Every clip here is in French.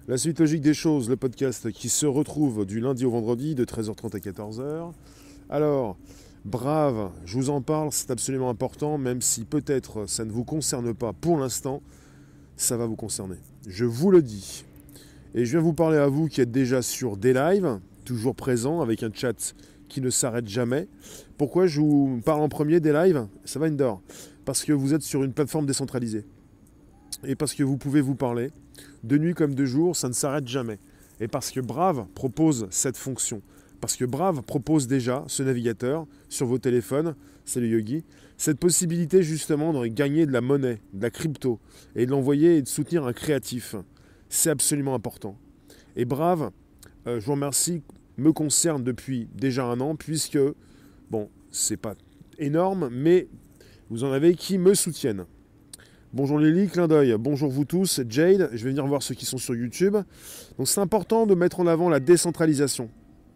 La suite logique des choses, le podcast qui se retrouve du lundi au vendredi de 13h30 à 14h. Alors, Brave, je vous en parle, c'est absolument important, même si peut-être ça ne vous concerne pas pour l'instant, ça va vous concerner. Je vous le dis. Et je viens vous parler à vous qui êtes déjà sur des lives, toujours présents, avec un chat qui ne s'arrête jamais. Pourquoi je vous parle en premier des lives? Ça va indoor. Parce que vous êtes sur une plateforme décentralisée. Et parce que vous pouvez vous parler, de nuit comme de jour, ça ne s'arrête jamais. Et parce que Brave propose cette fonction. Parce que Brave propose déjà, ce navigateur, sur vos téléphones, c'est le Yogi, cette possibilité justement de gagner de la monnaie, de la crypto, et de l'envoyer et de soutenir un créatif. C'est absolument important. Et Brave, je vous remercie, me concerne depuis déjà un an, puisque, bon, c'est pas énorme, mais vous en avez qui me soutiennent. Bonjour Lily, clin d'œil. Bonjour vous tous, Jade. Je vais venir voir ceux qui sont sur YouTube. Donc c'est important de mettre en avant la décentralisation.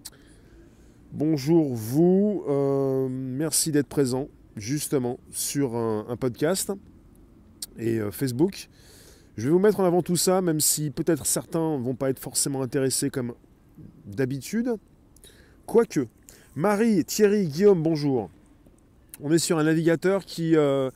Bonjour vous, merci d'être présent justement sur un podcast et Facebook. Je vais vous mettre en avant tout ça, même si peut-être certains ne vont pas être forcément intéressés comme d'habitude. Quoique, Marie, Thierry, Guillaume, bonjour. On est sur un navigateur qui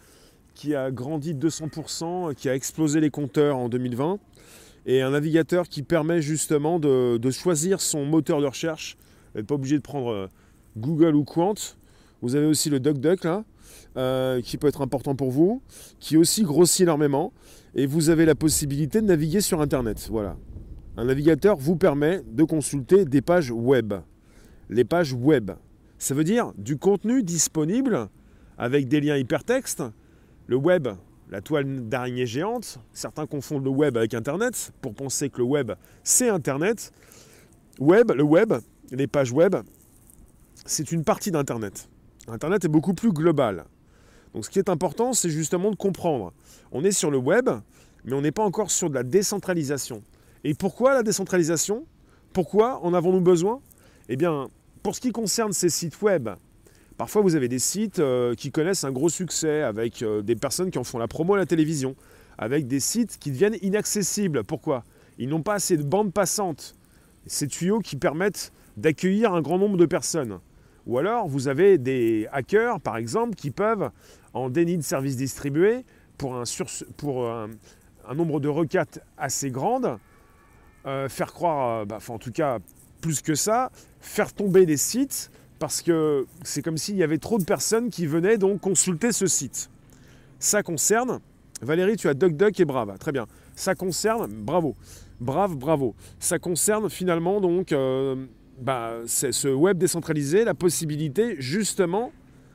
a grandi de 200%, qui a explosé les compteurs en 2020, et un navigateur qui permet justement de choisir son moteur de recherche. Vous n'êtes pas obligé de prendre Google ou Quant. Vous avez aussi le DuckDuck là, qui peut être important pour vous, qui aussi grossit énormément, et vous avez la possibilité de naviguer sur Internet. Voilà. Un navigateur vous permet de consulter des pages web. Les pages web, ça veut dire du contenu disponible avec des liens hypertextes. Le web, la toile d'araignée géante, certains confondent le web avec Internet pour penser que le web, c'est Internet. Le web, les pages web, c'est une partie d'Internet. Internet est beaucoup plus global. Donc ce qui est important, c'est justement de comprendre. On est sur le web, mais on n'est pas encore sur de la décentralisation. Et pourquoi la décentralisation? Pourquoi en avons-nous besoin? Eh bien, pour ce qui concerne ces sites web, parfois, vous avez des sites qui connaissent un gros succès avec des personnes qui en font la promo à la télévision, avec des sites qui deviennent inaccessibles. Pourquoi? Ils n'ont pas assez de bandes passantes, ces tuyaux qui permettent d'accueillir un grand nombre de personnes. Ou alors, vous avez des hackers, par exemple, qui peuvent, en déni de services distribués, pour un nombre de requêtes assez grande, faire croire, en tout cas, plus que ça, faire tomber des sites, parce que c'est comme s'il y avait trop de personnes qui venaient donc consulter ce site. Ça concerne, Valérie, tu as DuckDuck et Brave, très bien. Ça concerne, bravo, bravo. Ça concerne finalement donc c'est ce web décentralisé, la possibilité justement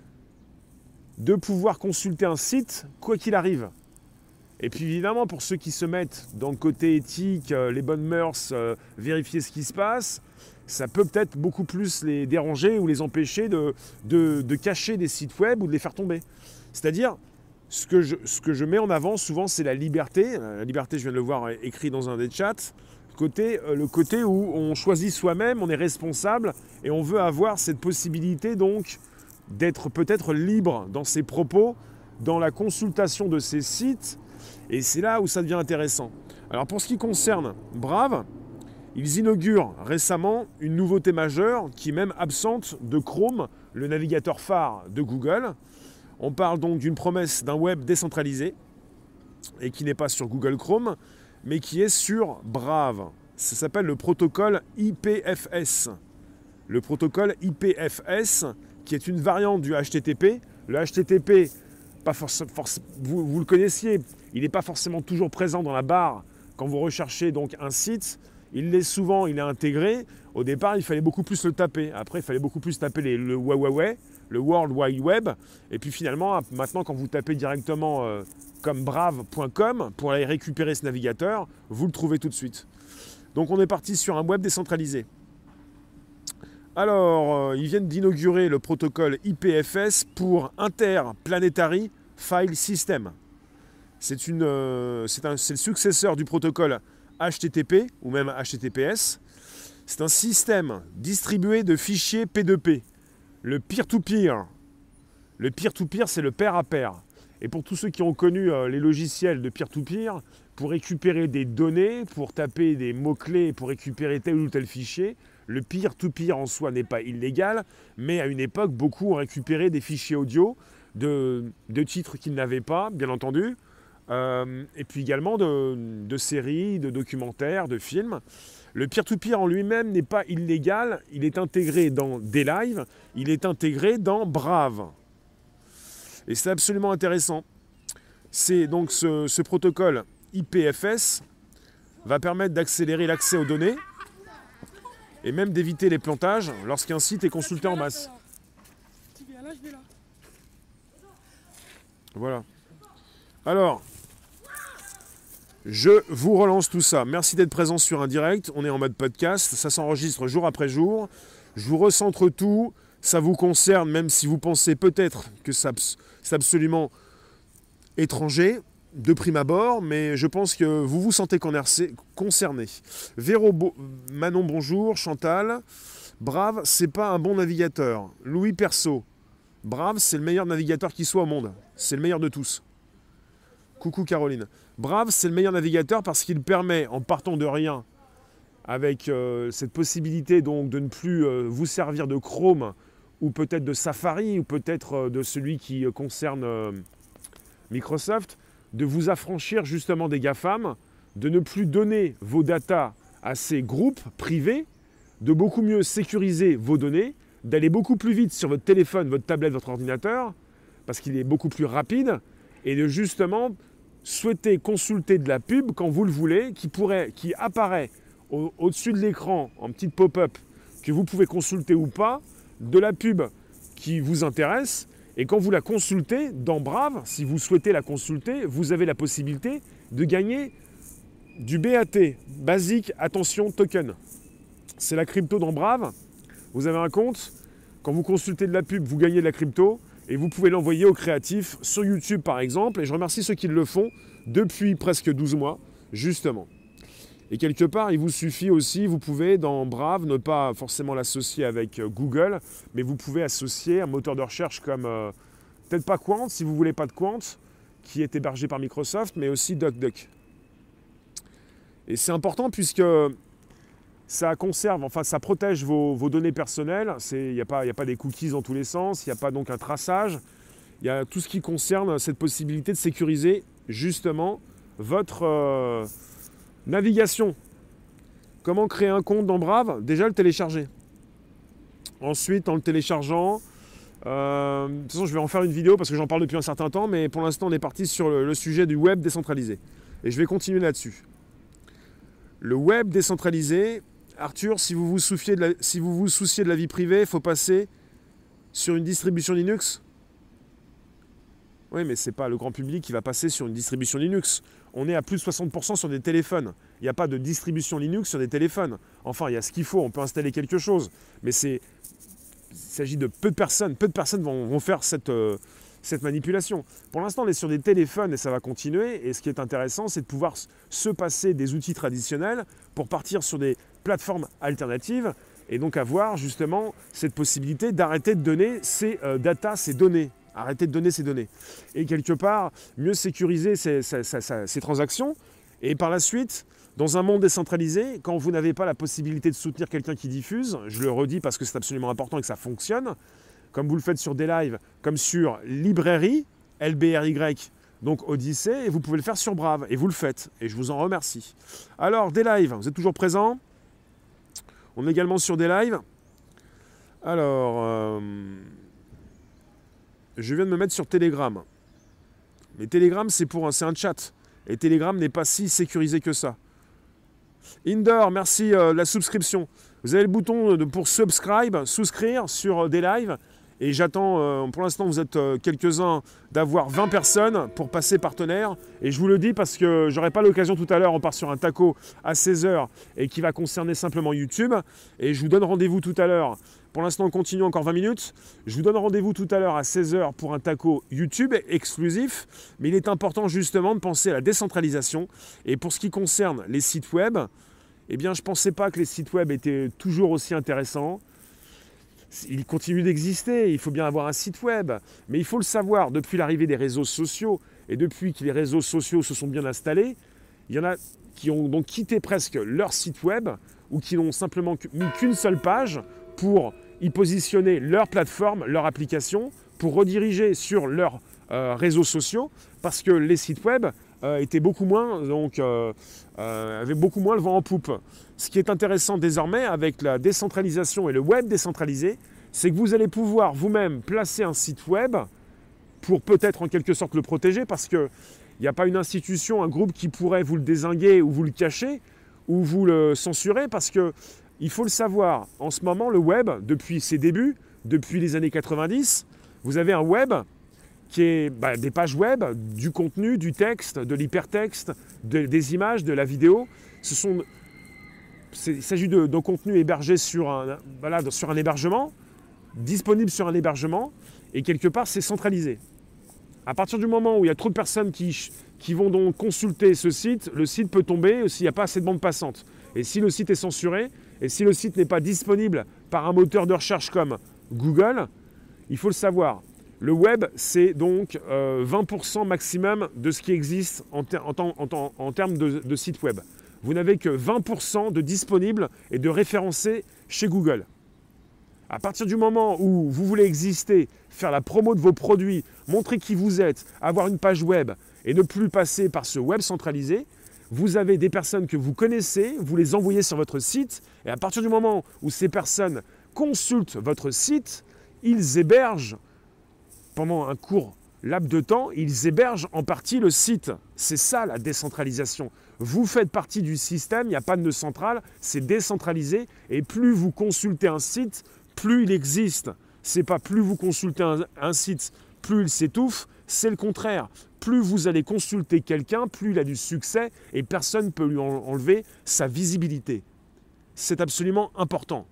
de pouvoir consulter un site quoi qu'il arrive. Et puis évidemment, pour ceux qui se mettent dans le côté éthique, les bonnes mœurs, vérifier ce qui se passe, ça peut peut-être beaucoup plus les déranger ou les empêcher de cacher des sites web ou de les faire tomber. C'est-à-dire, ce que je mets en avant souvent, c'est la liberté. La liberté, je viens de le voir écrit dans un des chats. Le côté où on choisit soi-même, on est responsable et on veut avoir cette possibilité donc d'être peut-être libre dans ses propos, dans la consultation de ces sites. Et c'est là où ça devient intéressant. Alors pour ce qui concerne Brave, ils inaugurent récemment une nouveauté majeure qui est même absente de Chrome, le navigateur phare de Google. On parle donc d'une promesse d'un web décentralisé et qui n'est pas sur Google Chrome, mais qui est sur Brave. Ça s'appelle le protocole IPFS. Le protocole IPFS, qui est une variante du HTTP. Le HTTP, vous le connaissiez, il n'est pas forcément toujours présent dans la barre quand vous recherchez donc un site. Il l'est souvent, il est intégré. Au départ, il fallait beaucoup plus le taper. Après, il fallait beaucoup plus taper le Huawei, le World Wide Web. Et puis finalement, maintenant, quand vous tapez directement comme brave.com pour aller récupérer ce navigateur, vous le trouvez tout de suite. Donc on est parti sur un web décentralisé. Alors, ils viennent d'inaugurer le protocole IPFS pour Interplanetary File System. C'est le successeur du protocole HTTP ou même HTTPS. C'est un système distribué de fichiers P2P, le peer-to-peer. Le peer-to-peer, c'est le pair à pair. Et pour tous ceux qui ont connu les logiciels de peer-to-peer, pour récupérer des données, pour taper des mots-clés, pour récupérer tel ou tel fichier. Le peer-to-peer en soi n'est pas illégal, mais à une époque, beaucoup ont récupéré des fichiers audio de titres qu'ils n'avaient pas, bien entendu, et puis également de séries, de documentaires, de films. Le peer-to-peer en lui-même n'est pas illégal, il est intégré dans DLive, il est intégré dans Brave. Et c'est absolument intéressant. C'est donc ce protocole IPFS va permettre d'accélérer l'accès aux données et même d'éviter les plantages lorsqu'un site est consulté en masse. Voilà. Alors, je vous relance tout ça. Merci d'être présent sur un direct. On est en mode podcast. Ça s'enregistre jour après jour. Je vous recentre tout. Ça vous concerne, même si vous pensez peut-être que c'est absolument étranger de prime abord, mais je pense que vous vous sentez concerné. Manon, bonjour. Chantal. Brave, c'est pas un bon navigateur. Louis Perso. Brave, c'est le meilleur navigateur qui soit au monde. C'est le meilleur de tous. Coucou Caroline. Brave, c'est le meilleur navigateur parce qu'il permet, en partant de rien, avec cette possibilité donc de ne plus vous servir de Chrome, ou peut-être de Safari, ou peut-être de celui qui concerne Microsoft, de vous affranchir justement des GAFAM, de ne plus donner vos datas à ces groupes privés, de beaucoup mieux sécuriser vos données, d'aller beaucoup plus vite sur votre téléphone, votre tablette, votre ordinateur, parce qu'il est beaucoup plus rapide, et de justement souhaiter consulter de la pub quand vous le voulez, qui apparaît au-dessus de l'écran en petite pop-up, que vous pouvez consulter ou pas, de la pub qui vous intéresse, et quand vous la consultez, dans Brave, si vous souhaitez la consulter, vous avez la possibilité de gagner du BAT, Basic Attention Token. C'est la crypto dans Brave. Vous avez un compte, quand vous consultez de la pub, vous gagnez de la crypto, et vous pouvez l'envoyer aux créatifs sur YouTube par exemple, et je remercie ceux qui le font depuis presque 12 mois, justement. Et quelque part, il vous suffit aussi, vous pouvez dans Brave ne pas forcément l'associer avec Google, mais vous pouvez associer un moteur de recherche comme, peut-être pas Quant, si vous ne voulez pas de Quant, qui est hébergé par Microsoft, mais aussi DuckDuck. Et c'est important puisque ça conserve, enfin ça protège vos données personnelles, il n'y a pas des cookies dans tous les sens, il n'y a pas donc un traçage, il y a tout ce qui concerne cette possibilité de sécuriser justement votre navigation. Comment créer un compte dans Brave? Déjà le télécharger. Ensuite, en le téléchargeant, de toute façon je vais en faire une vidéo parce que j'en parle depuis un certain temps, mais pour l'instant on est parti sur le sujet du web décentralisé. Et je vais continuer là-dessus. Le web décentralisé, Arthur, si vous vous souciez de la vie privée, il faut passer sur une distribution Linux. Oui, mais ce n'est pas le grand public qui va passer sur une distribution Linux. On est à plus de 60% sur des téléphones. Il n'y a pas de distribution Linux sur des téléphones. Enfin, il y a ce qu'il faut, on peut installer quelque chose. Mais il s'agit de peu de personnes. Peu de personnes vont faire cette manipulation. Pour l'instant, on est sur des téléphones et ça va continuer. Et ce qui est intéressant, c'est de pouvoir se passer des outils traditionnels pour partir sur des plateformes alternatives et donc avoir justement cette possibilité d'arrêter de donner ces datas, ces données. Arrêter de donner ces données. Et quelque part, mieux sécuriser ces transactions. Et par la suite, dans un monde décentralisé, quand vous n'avez pas la possibilité de soutenir quelqu'un qui diffuse, je le redis parce que c'est absolument important et que ça fonctionne, comme vous le faites sur DLive, comme sur Librairie, LBRY, donc Odyssée, et vous pouvez le faire sur Brave, et vous le faites, et je vous en remercie. Alors, DLive, vous êtes toujours présents? On est également sur DLive. Alors, je viens de me mettre sur Telegram. Mais Telegram, c'est un chat, et Telegram n'est pas si sécurisé que ça. Indoor, merci de la souscription. Vous avez le bouton pour souscrire sur DLive. Et j'attends, pour l'instant vous êtes quelques-uns, d'avoir 20 personnes pour passer partenaire. Et je vous le dis parce que j'aurai pas l'occasion tout à l'heure, on part sur un taco à 16h et qui va concerner simplement YouTube. Et je vous donne rendez-vous tout à l'heure. Pour l'instant on continue encore 20 minutes. Je vous donne rendez-vous tout à l'heure à 16h pour un taco YouTube exclusif. Mais il est important justement de penser à la décentralisation. Et pour ce qui concerne les sites web, eh bien je ne pensais pas que les sites web étaient toujours aussi intéressants. Il continue d'exister, il faut bien avoir un site web. Mais il faut le savoir, depuis l'arrivée des réseaux sociaux et depuis que les réseaux sociaux se sont bien installés, Il y en a qui ont donc quitté presque leur site web ou qui n'ont simplement mis qu'une seule page pour y positionner leur plateforme, leur application, pour rediriger sur leurs réseaux sociaux, parce que les sites web étaient beaucoup moins, avaient beaucoup moins le vent en poupe. Ce qui est intéressant désormais avec la décentralisation et le web décentralisé, c'est que vous allez pouvoir vous-même placer un site web pour peut-être en quelque sorte le protéger, parce qu'il n'y a pas une institution, un groupe qui pourrait vous le dézinguer ou vous le cacher ou vous le censurer, parce que il faut le savoir, en ce moment, le web, depuis ses débuts, depuis les années 90, vous avez un web qui est des pages web, du contenu, du texte, de l'hypertexte, des images, de la vidéo. Il s'agit de contenu hébergé sur un hébergement, disponible sur un hébergement, et quelque part, c'est centralisé. À partir du moment où il y a trop de personnes qui vont donc consulter ce site, le site peut tomber s'il n'y a pas assez de bande passante. Et si le site est censuré, et si le site n'est pas disponible par un moteur de recherche comme Google, il faut le savoir. Le web, c'est donc 20% maximum de ce qui existe en termes de site web. Vous n'avez que 20% de disponibles et de référencés chez Google. À partir du moment où vous voulez exister, faire la promo de vos produits, montrer qui vous êtes, avoir une page web et ne plus passer par ce web centralisé, vous avez des personnes que vous connaissez, vous les envoyez sur votre site, et à partir du moment où ces personnes consultent votre site, ils hébergent, pendant un court laps de temps, ils hébergent en partie le site. C'est ça la décentralisation. Vous faites partie du système, il n'y a pas de nœud central, c'est décentralisé, et plus vous consultez un site, plus il existe. C'est pas plus vous consultez un site, plus il s'étouffe, c'est le contraire. Plus vous allez consulter quelqu'un, plus il a du succès et personne ne peut lui enlever sa visibilité. C'est absolument important.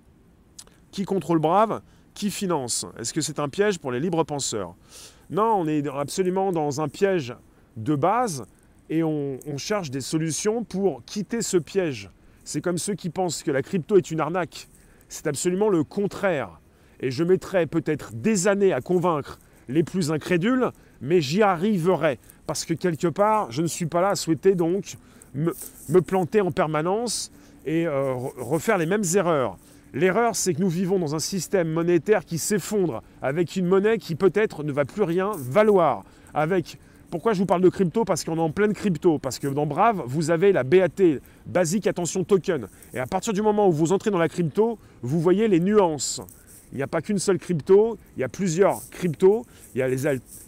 Qui contrôle Brave? Qui finance? Est-ce que c'est un piège pour les libres penseurs? Non, on est absolument dans un piège de base et on cherche des solutions pour quitter ce piège. C'est comme ceux qui pensent que la crypto est une arnaque. C'est absolument le contraire. Et je mettrai peut-être des années à convaincre les plus incrédules, mais j'y arriverai. Parce que quelque part, je ne suis pas là à souhaiter donc me planter en permanence et refaire les mêmes erreurs. L'erreur, c'est que nous vivons dans un système monétaire qui s'effondre, avec une monnaie qui peut-être ne va plus rien valoir. Pourquoi je vous parle de crypto? Parce qu'on est en pleine crypto. Parce que dans Brave, vous avez la BAT, Basic Attention Token. Et à partir du moment où vous entrez dans la crypto, vous voyez les nuances. Il n'y a pas qu'une seule crypto, il y a plusieurs cryptos. Il y a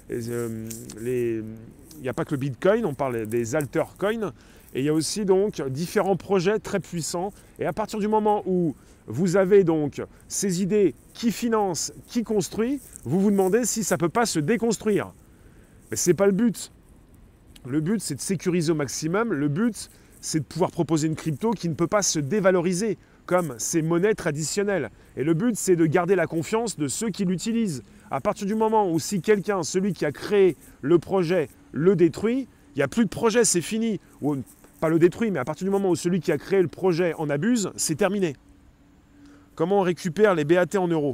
il n'y a pas que le Bitcoin, on parle des altercoins. Et il y a aussi donc différents projets très puissants. Et à partir du moment où vous avez donc ces idées qui financent, qui construit, vous vous demandez si ça ne peut pas se déconstruire. Mais ce n'est pas le but. Le but, c'est de sécuriser au maximum. Le but, c'est de pouvoir proposer une crypto qui ne peut pas se dévaloriser comme ces monnaies traditionnelles. Et le but, c'est de garder la confiance de ceux qui l'utilisent. À partir du moment où si quelqu'un, celui qui a créé le projet, le détruit, il n'y a plus de projet, c'est fini. Ou pas le détruit, mais à partir du moment où celui qui a créé le projet en abuse, c'est terminé. Comment on récupère les BAT en euros?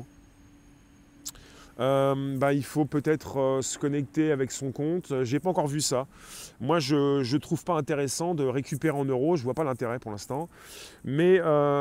Il faut peut-être se connecter avec son compte. Je n'ai pas encore vu ça. Moi, je ne trouve pas intéressant de récupérer en euros. Je ne vois pas l'intérêt pour l'instant. Mais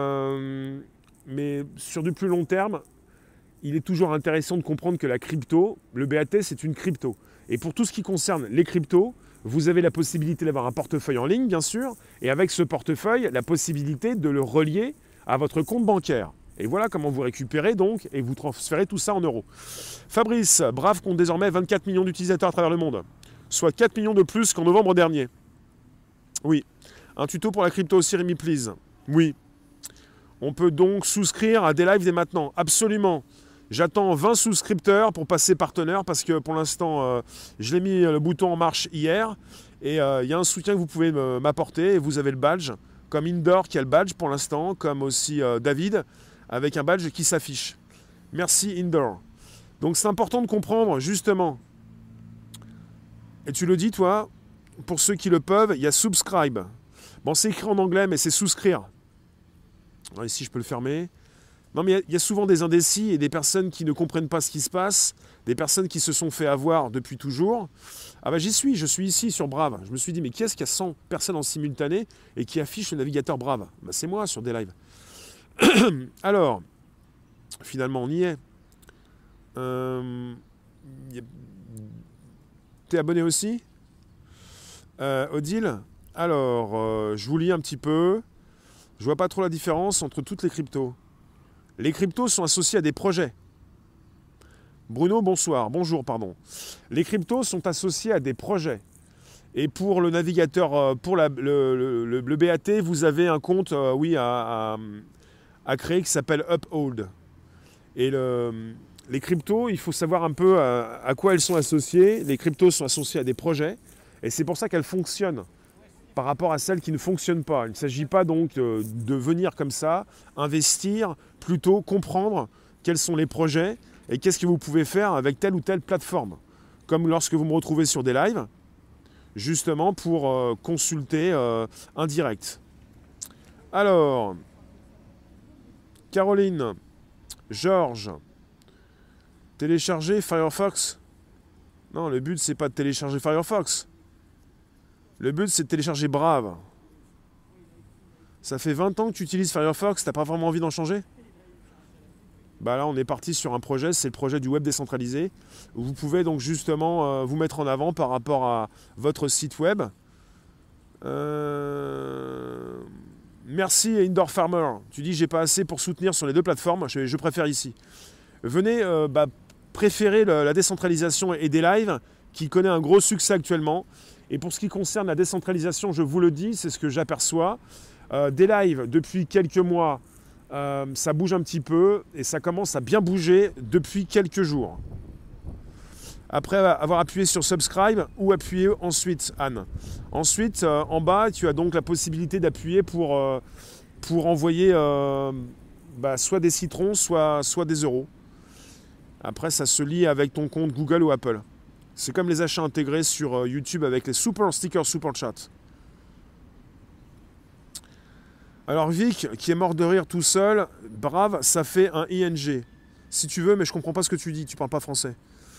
sur du plus long terme, il est toujours intéressant de comprendre que la crypto, le BAT, c'est une crypto. Et pour tout ce qui concerne les cryptos, vous avez la possibilité d'avoir un portefeuille en ligne, bien sûr. Et avec ce portefeuille, la possibilité de le relier à votre compte bancaire. Et voilà comment vous récupérez donc et vous transférez tout ça en euros. Fabrice, Brave compte désormais 24 millions d'utilisateurs à travers le monde, soit 4 millions de plus qu'en novembre dernier. Oui. Un tuto pour la crypto aussi, Rémi, please. Oui. On peut donc souscrire à des lives dès maintenant. Absolument. J'attends 20 souscripteurs pour passer partenaire parce que pour l'instant, je l'ai mis le bouton en marche hier. Et il y a un soutien que vous pouvez m'apporter et vous avez le badge. Comme Indoor qui a le badge pour l'instant, comme aussi David, avec un badge qui s'affiche. Merci Indoor. Donc c'est important de comprendre justement, et tu le dis toi, pour ceux qui le peuvent, il y a subscribe. Bon, c'est écrit en anglais, mais c'est souscrire. Alors, ici, je peux le fermer. Non, mais il y a souvent des indécis et des personnes qui ne comprennent pas ce qui se passe. des personnes qui se sont fait avoir depuis toujours. Ah bah je suis ici sur Brave. Je me suis dit, mais qui est-ce qui a 100 personnes en simultané et qui affiche le navigateur Brave? Bah, c'est moi sur des lives. Alors, finalement on y est. T'es abonné aussi Odile? Alors, je vous lis un petit peu. Je vois pas trop la différence entre toutes les cryptos. Les cryptos sont associés à des projets. Bruno, bonjour, pardon. Les cryptos sont associés à des projets. Et pour le navigateur, pour le BAT, vous avez un compte à créer qui s'appelle Uphold. Et les cryptos, il faut savoir un peu à quoi elles sont associées. Les cryptos sont associées à des projets. Et c'est pour ça qu'elles fonctionnent par rapport à celles qui ne fonctionnent pas. Il ne s'agit pas donc de venir comme ça, investir, plutôt comprendre quels sont les projets et qu'est-ce que vous pouvez faire avec telle ou telle plateforme. Comme lorsque vous me retrouvez sur des lives, justement pour consulter un direct. Alors, Caroline, Georges, télécharger Firefox. Non, le but, c'est pas de télécharger Firefox. Le but, c'est de télécharger Brave. Ça fait 20 ans que tu utilises Firefox, t'as pas vraiment envie d'en changer? Bah là, on est parti sur un projet, c'est le projet du web décentralisé, où vous pouvez donc justement vous mettre en avant par rapport à votre site web. Merci Indoor Farmer. Tu dis j'ai pas assez pour soutenir sur les deux plateformes, je préfère ici. Venez préférer la décentralisation et des lives qui connaît un gros succès actuellement. Et pour ce qui concerne la décentralisation, je vous le dis, c'est ce que j'aperçois. Des lives depuis quelques mois, ça bouge un petit peu et ça commence à bien bouger depuis quelques jours. Après avoir appuyé sur subscribe ou appuyer ensuite, Anne. Ensuite, en bas, tu as donc la possibilité d'appuyer pour envoyer soit des citrons, soit des euros. Après, ça se lie avec ton compte Google ou Apple. C'est comme les achats intégrés sur YouTube avec les super stickers, super chat. Alors Vic, qui est mort de rire tout seul, Brave, ça fait un ING. Si tu veux, mais je comprends pas ce que tu dis, tu parles pas français.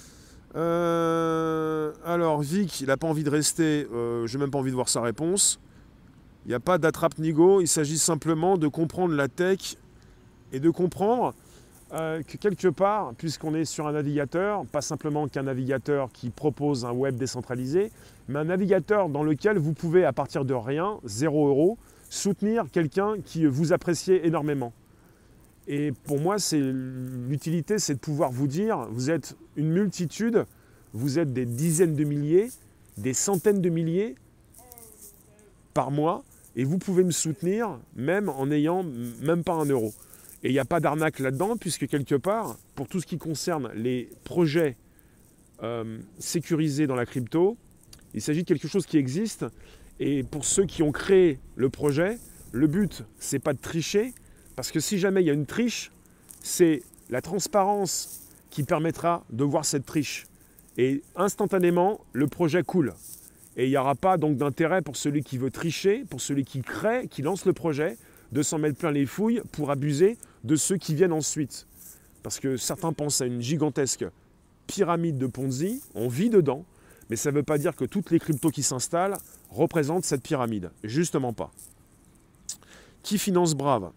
Alors Vic, il n'a pas envie de rester, j'ai même pas envie de voir sa réponse. Il n'y a pas d'attrape-nigo, il s'agit simplement de comprendre la tech et de comprendre que quelque part, puisqu'on est sur un navigateur, pas simplement qu'un navigateur qui propose un web décentralisé, mais un navigateur dans lequel vous pouvez, à partir de rien, 0 €, soutenir quelqu'un qui vous apprécie énormément. Et pour moi, l'utilité, c'est de pouvoir vous dire, vous êtes une multitude, vous êtes des dizaines de milliers, des centaines de milliers par mois, et vous pouvez me soutenir même en n'ayant même pas 1 euro. Et il n'y a pas d'arnaque là-dedans, puisque quelque part, pour tout ce qui concerne les projets sécurisés dans la crypto, il s'agit de quelque chose qui existe. Et pour ceux qui ont créé le projet, le but, c'est pas de tricher, parce que si jamais il y a une triche, c'est la transparence qui permettra de voir cette triche. Et instantanément, le projet coule. Et il n'y aura pas donc d'intérêt pour celui qui veut tricher, pour celui qui crée, qui lance le projet, de s'en mettre plein les fouilles pour abuser de ceux qui viennent ensuite. Parce que certains pensent à une gigantesque pyramide de Ponzi, on vit dedans, mais ça ne veut pas dire que toutes les cryptos qui s'installent représentent cette pyramide. Justement pas. Qui finance Brave?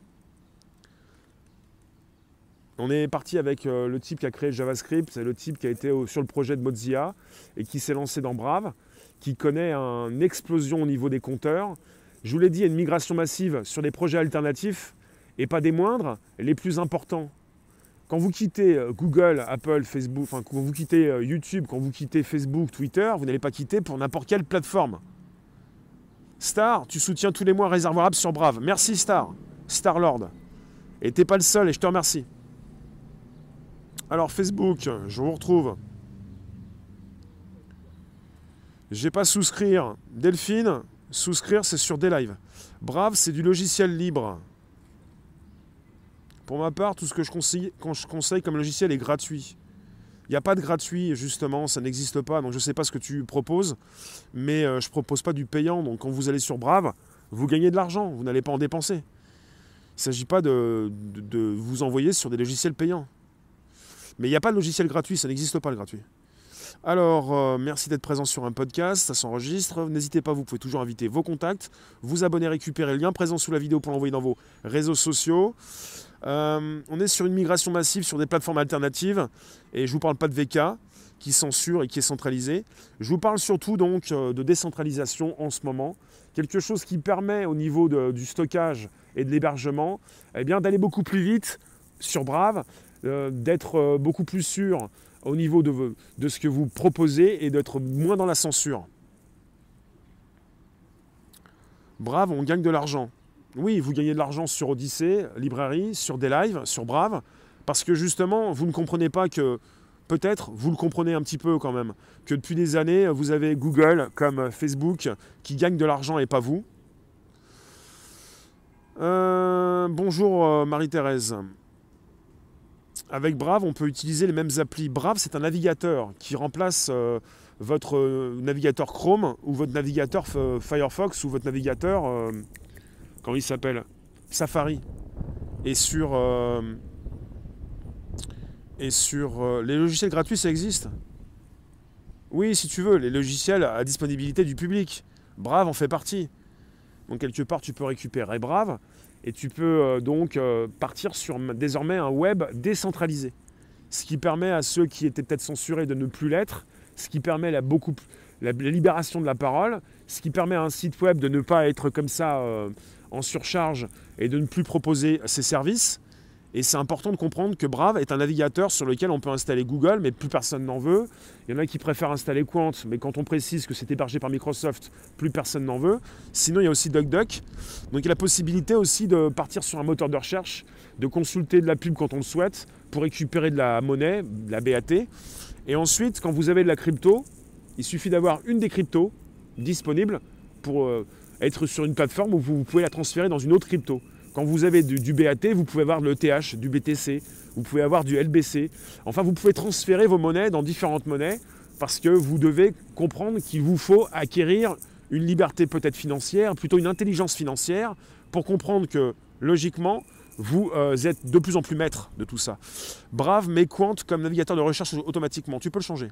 On est parti avec le type qui a créé JavaScript, c'est le type qui a été sur le projet de Mozilla et qui s'est lancé dans Brave, qui connaît une explosion au niveau des compteurs. Je vous l'ai dit, il y a une migration massive sur des projets alternatifs et pas des moindres, les plus importants. Quand vous quittez Google, Apple, Facebook, enfin quand vous quittez YouTube, quand vous quittez Facebook, Twitter, vous n'allez pas quitter pour n'importe quelle plateforme. Star, tu soutiens tous les mois Réservoir Apps sur Brave. Merci Star, Starlord. Et t'es pas le seul et je te remercie. Alors Facebook, je vous retrouve. J'ai pas souscrire. Delphine, souscrire c'est sur des lives. Brave, c'est du logiciel libre. Pour ma part, tout ce que je conseille comme logiciel est gratuit. Il n'y a pas de gratuit, justement, ça n'existe pas. Donc je ne sais pas ce que tu proposes, mais je ne propose pas du payant. Donc quand vous allez sur Brave, vous gagnez de l'argent, vous n'allez pas en dépenser. Il ne s'agit pas de vous envoyer sur des logiciels payants. Mais il n'y a pas de logiciel gratuit, ça n'existe pas le gratuit. Alors, merci d'être présent sur un podcast, ça s'enregistre. N'hésitez pas, vous pouvez toujours inviter vos contacts, vous abonner, récupérer le lien présent sous la vidéo pour l'envoyer dans vos réseaux sociaux. On est sur une migration massive sur des plateformes alternatives et je ne vous parle pas de VK qui censure et qui est centralisé. Je vous parle surtout donc de décentralisation en ce moment. Quelque chose qui permet au niveau du stockage et de l'hébergement eh bien, d'aller beaucoup plus vite sur Brave, d'être beaucoup plus sûr au niveau de ce que vous proposez et d'être moins dans la censure. Brave, on gagne de l'argent. Oui, vous gagnez de l'argent sur Odyssée, librairie, sur des lives, sur Brave, parce que justement, vous ne comprenez pas que, peut-être, vous le comprenez un petit peu quand même, que depuis des années, vous avez Google comme Facebook qui gagne de l'argent et pas vous. Bonjour Marie-Thérèse. Avec Brave, on peut utiliser les mêmes applis. Brave, c'est un navigateur qui remplace votre navigateur Chrome ou votre navigateur Firefox ou votre navigateur, comment il s'appelle, Safari. Et sur les logiciels gratuits, ça existe. Oui, si tu veux, les logiciels à disponibilité du public. Brave en fait partie. Donc quelque part, tu peux récupérer Brave et tu peux donc partir sur désormais un web décentralisé. Ce qui permet à ceux qui étaient peut-être censurés de ne plus l'être, ce qui permet la libération de la parole, ce qui permet à un site web de ne pas être comme ça en surcharge et de ne plus proposer ses services. Et c'est important de comprendre que Brave est un navigateur sur lequel on peut installer Google, mais plus personne n'en veut. Il y en a qui préfèrent installer Qwant, mais quand on précise que c'est hébergé par Microsoft, plus personne n'en veut. Sinon, il y a aussi DuckDuck. Donc il y a la possibilité aussi de partir sur un moteur de recherche, de consulter de la pub quand on le souhaite, pour récupérer de la monnaie, de la BAT. Et ensuite, quand vous avez de la crypto, il suffit d'avoir une des cryptos disponibles pour être sur une plateforme où vous pouvez la transférer dans une autre crypto. Quand vous avez du BAT, vous pouvez avoir de l'ETH, du BTC, vous pouvez avoir du LBC. Enfin, vous pouvez transférer vos monnaies dans différentes monnaies parce que vous devez comprendre qu'il vous faut acquérir une liberté peut-être financière, plutôt une intelligence financière, pour comprendre que, logiquement, vous êtes de plus en plus maître de tout ça. Brave, mais Qwant comme navigateur de recherche automatiquement. Tu peux le changer.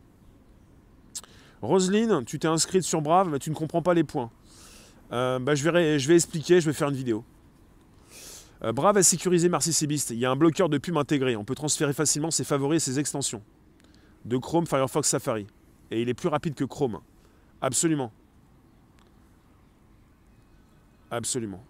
Roselyne, tu t'es inscrite sur Brave, mais tu ne comprends pas les points. Je vais expliquer, je vais faire une vidéo. Brave est sécurisé, merci Sébiste. Il y a un bloqueur de pub intégré. On peut transférer facilement ses favoris et ses extensions. De Chrome, Firefox, Safari. Et il est plus rapide que Chrome. Absolument. Absolument.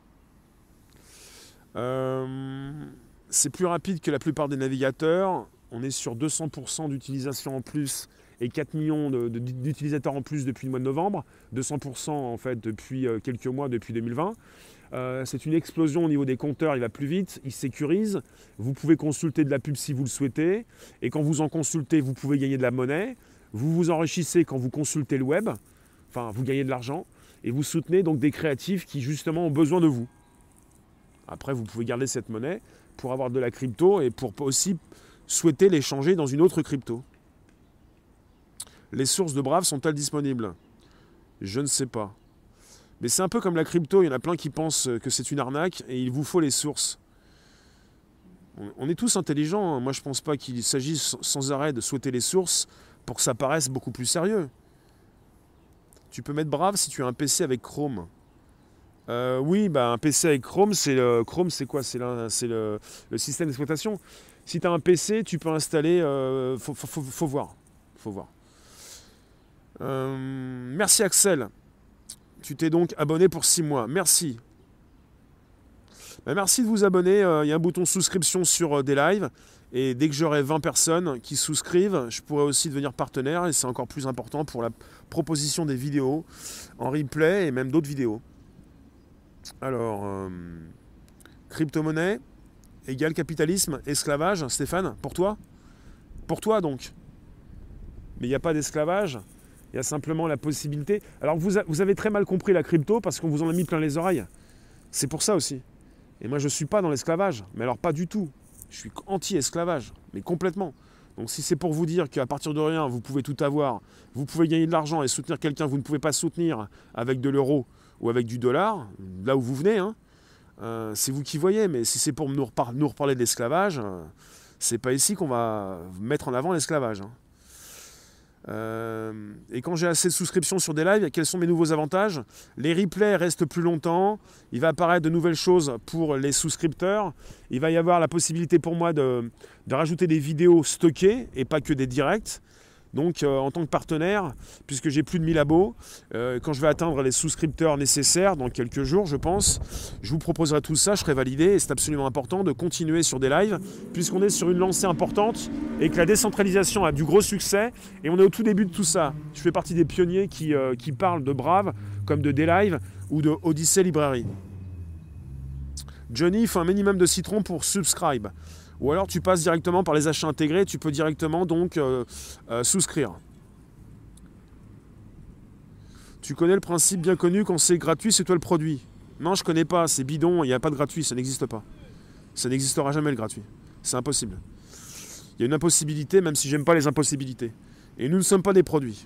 C'est plus rapide que la plupart des navigateurs. On est sur 200% d'utilisation en plus et 4 millions d'utilisateurs en plus depuis le mois de novembre. 200% en fait depuis quelques mois, depuis 2020. C'est une explosion au niveau des compteurs, il va plus vite, il sécurise. Vous pouvez consulter de la pub si vous le souhaitez. Et quand vous en consultez, vous pouvez gagner de la monnaie. Vous vous enrichissez quand vous consultez le web. Enfin, vous gagnez de l'argent. Et vous soutenez donc des créatifs qui justement ont besoin de vous. Après, vous pouvez garder cette monnaie pour avoir de la crypto et pour aussi souhaiter l'échanger dans une autre crypto. Les sources de Brave sont-elles disponibles? Je ne sais pas. Mais c'est un peu comme la crypto, il y en a plein qui pensent que c'est une arnaque et il vous faut les sources. On est tous intelligents, hein. Moi je ne pense pas qu'il s'agisse sans arrêt de souhaiter les sources pour que ça paraisse beaucoup plus sérieux. Tu peux mettre Brave si tu as un PC avec Chrome. Oui, un PC avec Chrome, Chrome c'est quoi? C'est le système d'exploitation. Si tu as un PC, tu peux installer... faut voir. Merci Axel. Tu t'es donc abonné pour 6 mois. Merci. Merci de vous abonner. Il y a un bouton souscription sur des lives. Et dès que j'aurai 20 personnes qui souscrivent, je pourrai aussi devenir partenaire. Et c'est encore plus important pour la proposition des vidéos en replay et même d'autres vidéos. Alors, crypto-monnaie égale capitalisme, esclavage. Stéphane, pour toi? Pour toi donc. Mais il n'y a pas d'esclavage. Il y a simplement la possibilité... Alors vous avez très mal compris la crypto parce qu'on vous en a mis plein les oreilles. C'est pour ça aussi. Et moi je ne suis pas dans l'esclavage. Mais alors pas du tout. Je suis anti-esclavage. Mais complètement. Donc si c'est pour vous dire qu'à partir de rien, vous pouvez tout avoir, vous pouvez gagner de l'argent et soutenir quelqu'un que vous ne pouvez pas soutenir avec de l'euro ou avec du dollar, là où vous venez, hein, c'est vous qui voyez. Mais si c'est pour nous reparler de l'esclavage, C'est pas ici qu'on va mettre en avant l'esclavage. Hein. Et quand j'ai assez de souscriptions sur des lives, quels sont mes nouveaux avantages? Les replays restent plus longtemps, il va apparaître de nouvelles choses pour les souscripteurs, il va y avoir la possibilité pour moi de rajouter des vidéos stockées et pas que des directs. Donc en tant que partenaire, puisque j'ai plus de 1000 abos, quand je vais atteindre les souscripteurs nécessaires dans quelques jours, je pense, je vous proposerai tout ça, je serai validé et c'est absolument important de continuer sur des lives puisqu'on est sur une lancée importante et que la décentralisation a du gros succès et on est au tout début de tout ça. Je fais partie des pionniers qui parlent de Brave comme de D-Live ou de Odyssey Library. Johnny, il faut un minimum de citron pour subscribe. Ou alors tu passes directement par les achats intégrés, tu peux directement donc souscrire. Tu connais le principe bien connu, quand c'est gratuit, c'est toi le produit. Non, je connais pas, c'est bidon, il n'y a pas de gratuit, ça n'existe pas. Ça n'existera jamais le gratuit. C'est impossible. Il y a une impossibilité, même si j'aime pas les impossibilités. Et nous ne sommes pas des produits.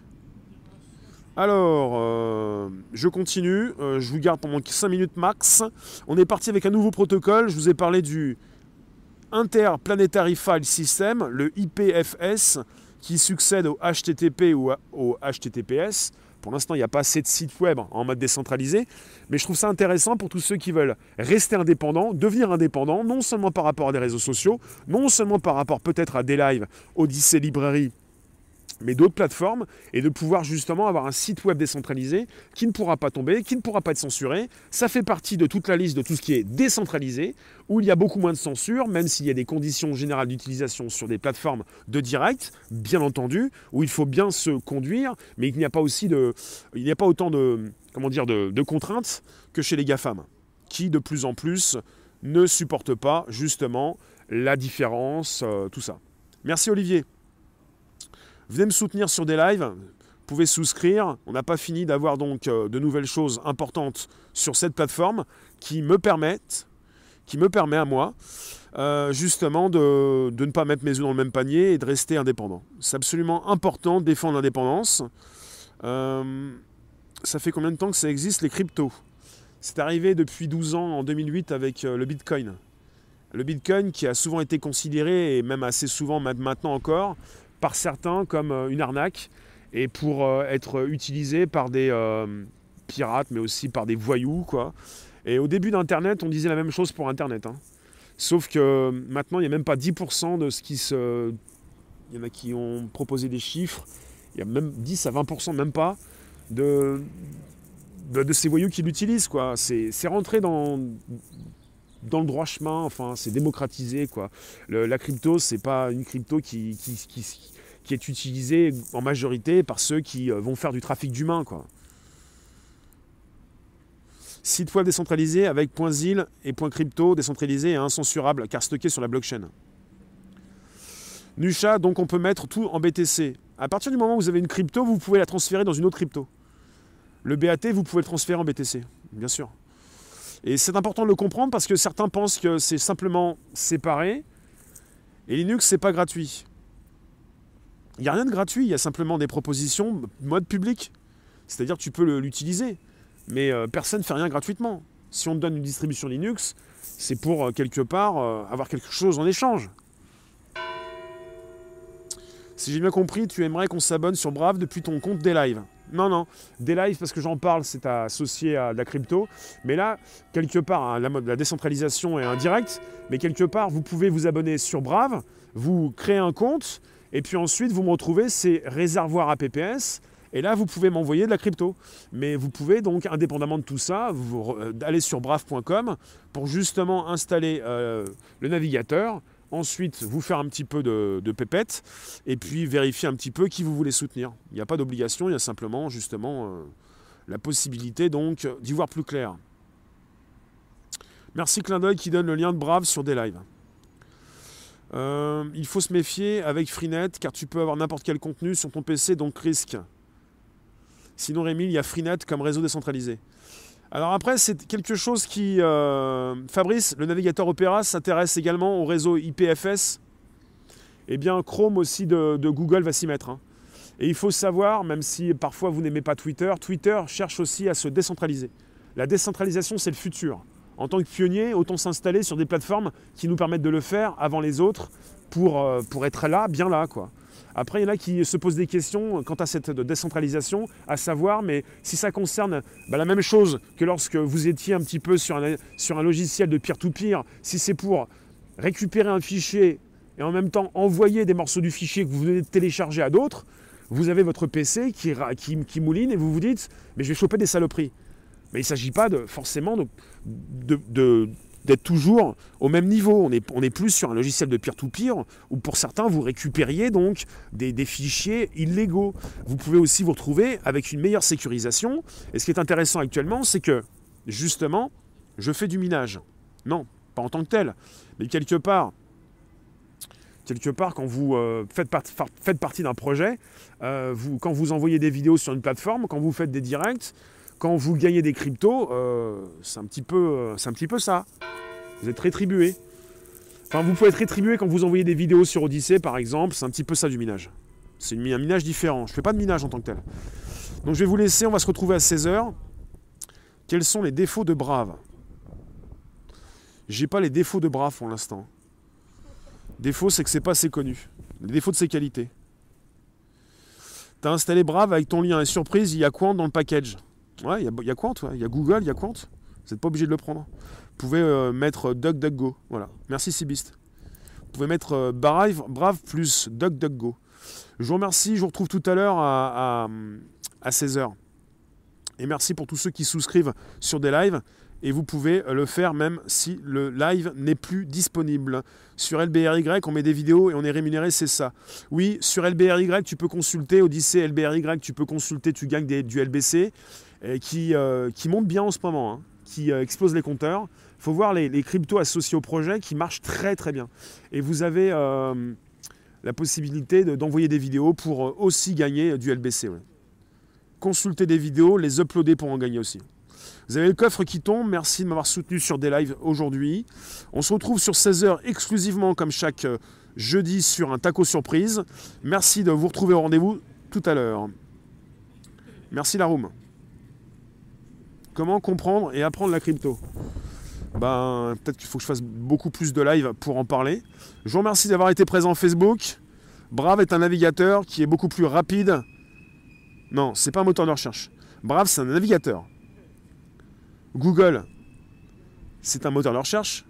Alors, je continue, je vous garde pendant 5 minutes max. On est parti avec un nouveau protocole, je vous ai parlé du Interplanetary File System, le IPFS, qui succède au HTTP ou au HTTPS. Pour l'instant, il n'y a pas assez de sites web en mode décentralisé, mais je trouve ça intéressant pour tous ceux qui veulent rester indépendants, devenir indépendants, non seulement par rapport à des réseaux sociaux, non seulement par rapport peut-être à des lives, Odyssey Library, mais d'autres plateformes, et de pouvoir justement avoir un site web décentralisé qui ne pourra pas tomber, qui ne pourra pas être censuré. Ça fait partie de toute la liste de tout ce qui est décentralisé, où il y a beaucoup moins de censure, même s'il y a des conditions générales d'utilisation sur des plateformes de direct, bien entendu, où il faut bien se conduire, mais il n'y a pas autant de contraintes que chez les GAFAM, qui de plus en plus ne supportent pas justement la différence, tout ça. Merci Olivier. Venez me soutenir sur des lives, vous pouvez souscrire. On n'a pas fini d'avoir donc de nouvelles choses importantes sur cette plateforme qui me permet à moi justement de ne pas mettre mes œufs dans le même panier et de rester indépendant. C'est absolument important de défendre l'indépendance. Ça fait combien de temps que ça existe les cryptos? C'est arrivé depuis 12 ans en 2008 avec le Bitcoin. Le Bitcoin qui a souvent été considéré, et même assez souvent maintenant encore, par certains comme une arnaque et pour être utilisé par des pirates, mais aussi par des voyous, quoi. Et au début d'Internet, on disait la même chose pour Internet. Hein. Sauf que maintenant, il n'y a même pas 10% de ce qui se... Il y en a qui ont proposé des chiffres. Il y a même 10 à 20%, même pas, de ces voyous qui l'utilisent, quoi. C'est rentré dans le droit chemin, enfin, c'est démocratisé, quoi. La crypto, c'est pas une crypto qui est utilisée en majorité par ceux qui vont faire du trafic d'humains, quoi. Site web décentralisé avec .zil et .crypto décentralisé et incensurable car stocké sur la blockchain. Nusha, donc on peut mettre tout en BTC. À partir du moment où vous avez une crypto, vous pouvez la transférer dans une autre crypto. Le BAT, vous pouvez le transférer en BTC, bien sûr. Et c'est important de le comprendre parce que certains pensent que c'est simplement séparé. Et Linux, c'est pas gratuit. Il n'y a rien de gratuit, il y a simplement des propositions mode public. C'est-à-dire que tu peux l'utiliser. Mais personne ne fait rien gratuitement. Si on te donne une distribution Linux, c'est pour quelque part avoir quelque chose en échange. Si j'ai bien compris, tu aimerais qu'on s'abonne sur Brave depuis ton compte D-Live. Non, D-Live, parce que j'en parle, c'est associé à de la crypto. Mais là, quelque part, hein, la décentralisation est indirecte. Mais quelque part, vous pouvez vous abonner sur Brave, vous créez un compte, et puis ensuite, vous me retrouvez, c'est réservoir APPS. Et là, vous pouvez m'envoyer de la crypto. Mais vous pouvez donc, indépendamment de tout ça, aller sur brave.com pour justement installer le navigateur. Ensuite, vous faire un petit peu de pépette et puis vérifier un petit peu qui vous voulez soutenir. Il n'y a pas d'obligation, il y a simplement justement la possibilité donc d'y voir plus clair. Merci Clin d'œil qui donne le lien de Brave sur des lives. Il faut se méfier avec Freenet car tu peux avoir n'importe quel contenu sur ton PC, donc risque. Sinon Rémi, il y a Freenet comme réseau décentralisé. Alors après, c'est quelque chose qui... Fabrice, le navigateur Opera, s'intéresse également au réseau IPFS. Eh bien, Chrome aussi de Google va s'y mettre. Hein. Et il faut savoir, même si parfois vous n'aimez pas Twitter, Twitter cherche aussi à se décentraliser. La décentralisation, c'est le futur. En tant que pionnier, autant s'installer sur des plateformes qui nous permettent de le faire avant les autres pour être là, bien là, quoi. Après, il y en a qui se posent des questions quant à cette décentralisation, à savoir, mais si ça concerne la même chose que lorsque vous étiez un petit peu sur un logiciel de peer-to-peer, si c'est pour récupérer un fichier et en même temps envoyer des morceaux du fichier que vous venez de télécharger à d'autres, vous avez votre PC qui mouline et vous vous dites « mais je vais choper des saloperies ». Mais il ne s'agit pas forcément d'être toujours au même niveau. On est plus sur un logiciel de peer-to-peer où pour certains, vous récupériez donc des fichiers illégaux. Vous pouvez aussi vous retrouver avec une meilleure sécurisation. Et ce qui est intéressant actuellement, c'est que, justement, je fais du minage. Non, pas en tant que tel. Mais quelque part, quand vous faites partie d'un projet, quand vous envoyez des vidéos sur une plateforme, quand vous faites des directs, quand vous gagnez des cryptos, c'est un petit peu ça. Vous êtes rétribué. Enfin, vous pouvez être rétribué quand vous envoyez des vidéos sur Odyssée, par exemple. C'est un petit peu ça du minage. C'est un minage différent. Je ne fais pas de minage en tant que tel. Donc je vais vous laisser. On va se retrouver à 16h. Quels sont les défauts de Brave? J'ai pas les défauts de Brave pour l'instant. Défaut, c'est que c'est pas assez connu. Les défauts de ses qualités. Tu as installé Brave avec ton lien. Et surprise, il y a Quant dans le package. Ouais, il y a Quant, il y a Google, il y a Quant. Vous n'êtes pas obligé de le prendre. Vous pouvez mettre DuckDuckGo. Voilà. Merci Sibist. Vous pouvez mettre Brave plus DuckDuckGo. Je vous remercie. Je vous retrouve tout à l'heure à 16h. Et merci pour tous ceux qui souscrivent sur des lives. Et vous pouvez le faire même si le live n'est plus disponible. Sur LBRY, on met des vidéos et on est rémunéré, c'est ça. Oui, sur LBRY, tu peux consulter, Odyssée LBRY, tu peux consulter, tu gagnes du LBC, qui monte bien en ce moment, hein, qui explose les compteurs. Il faut voir les cryptos associés au projet qui marchent très très bien. Et vous avez la possibilité d'envoyer des vidéos pour aussi gagner du LBC. Ouais. Consulter des vidéos, les uploader pour en gagner aussi. Vous avez le coffre qui tombe, merci de m'avoir soutenu sur des lives aujourd'hui. On se retrouve sur 16h exclusivement comme chaque jeudi sur un taco surprise. Merci de vous retrouver au rendez-vous tout à l'heure. Merci la room. Comment comprendre et apprendre la crypto? Peut-être qu'il faut que je fasse beaucoup plus de live pour en parler. Je vous remercie d'avoir été présent Facebook. Brave est un navigateur qui est beaucoup plus rapide. Non, c'est pas un moteur de recherche. Brave, c'est un navigateur. Google, c'est un moteur de recherche.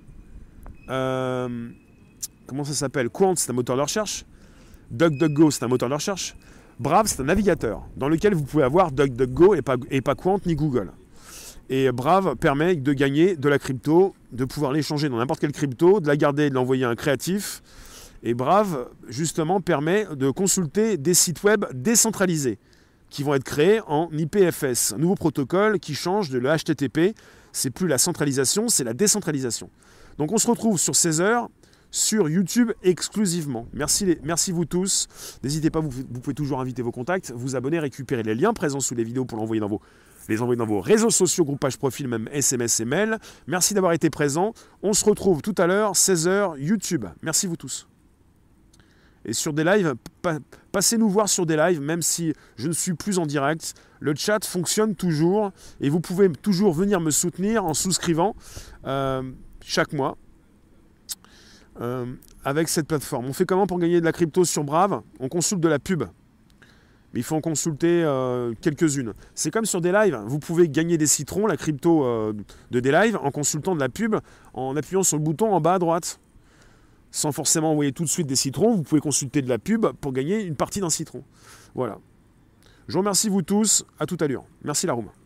Comment ça s'appelle? Quant, c'est un moteur de recherche. DuckDuckGo, c'est un moteur de recherche. Brave, c'est un navigateur dans lequel vous pouvez avoir DuckDuckGo et pas Quant ni Google. Et Brave permet de gagner de la crypto, de pouvoir l'échanger dans n'importe quelle crypto, de la garder et de l'envoyer à un créatif. Et Brave, justement, permet de consulter des sites web décentralisés qui vont être créés en IPFS. Un nouveau protocole qui change de le HTTP. C'est plus la centralisation, c'est la décentralisation. Donc on se retrouve sur 16h sur YouTube exclusivement. Merci vous tous. N'hésitez pas, vous pouvez toujours inviter vos contacts, vous abonner, récupérer les liens présents sous les vidéos pour les envoyer dans vos réseaux sociaux, groupages, profils, même SMS et mail. Merci d'avoir été présent. On se retrouve tout à l'heure, 16h, YouTube. Merci vous tous. Et sur des lives, passez-nous voir sur des lives, même si je ne suis plus en direct. Le chat fonctionne toujours et vous pouvez toujours venir me soutenir en souscrivant chaque mois avec cette plateforme. On fait comment pour gagner de la crypto sur Brave? On consulte de la pub. Mais il faut en consulter quelques-unes. C'est comme sur des lives. Vous pouvez gagner des citrons, la crypto de des lives, en consultant de la pub, en appuyant sur le bouton en bas à droite. Sans forcément envoyer tout de suite des citrons, vous pouvez consulter de la pub pour gagner une partie d'un citron. Voilà. Je vous remercie vous tous, à toute allure. Merci la room.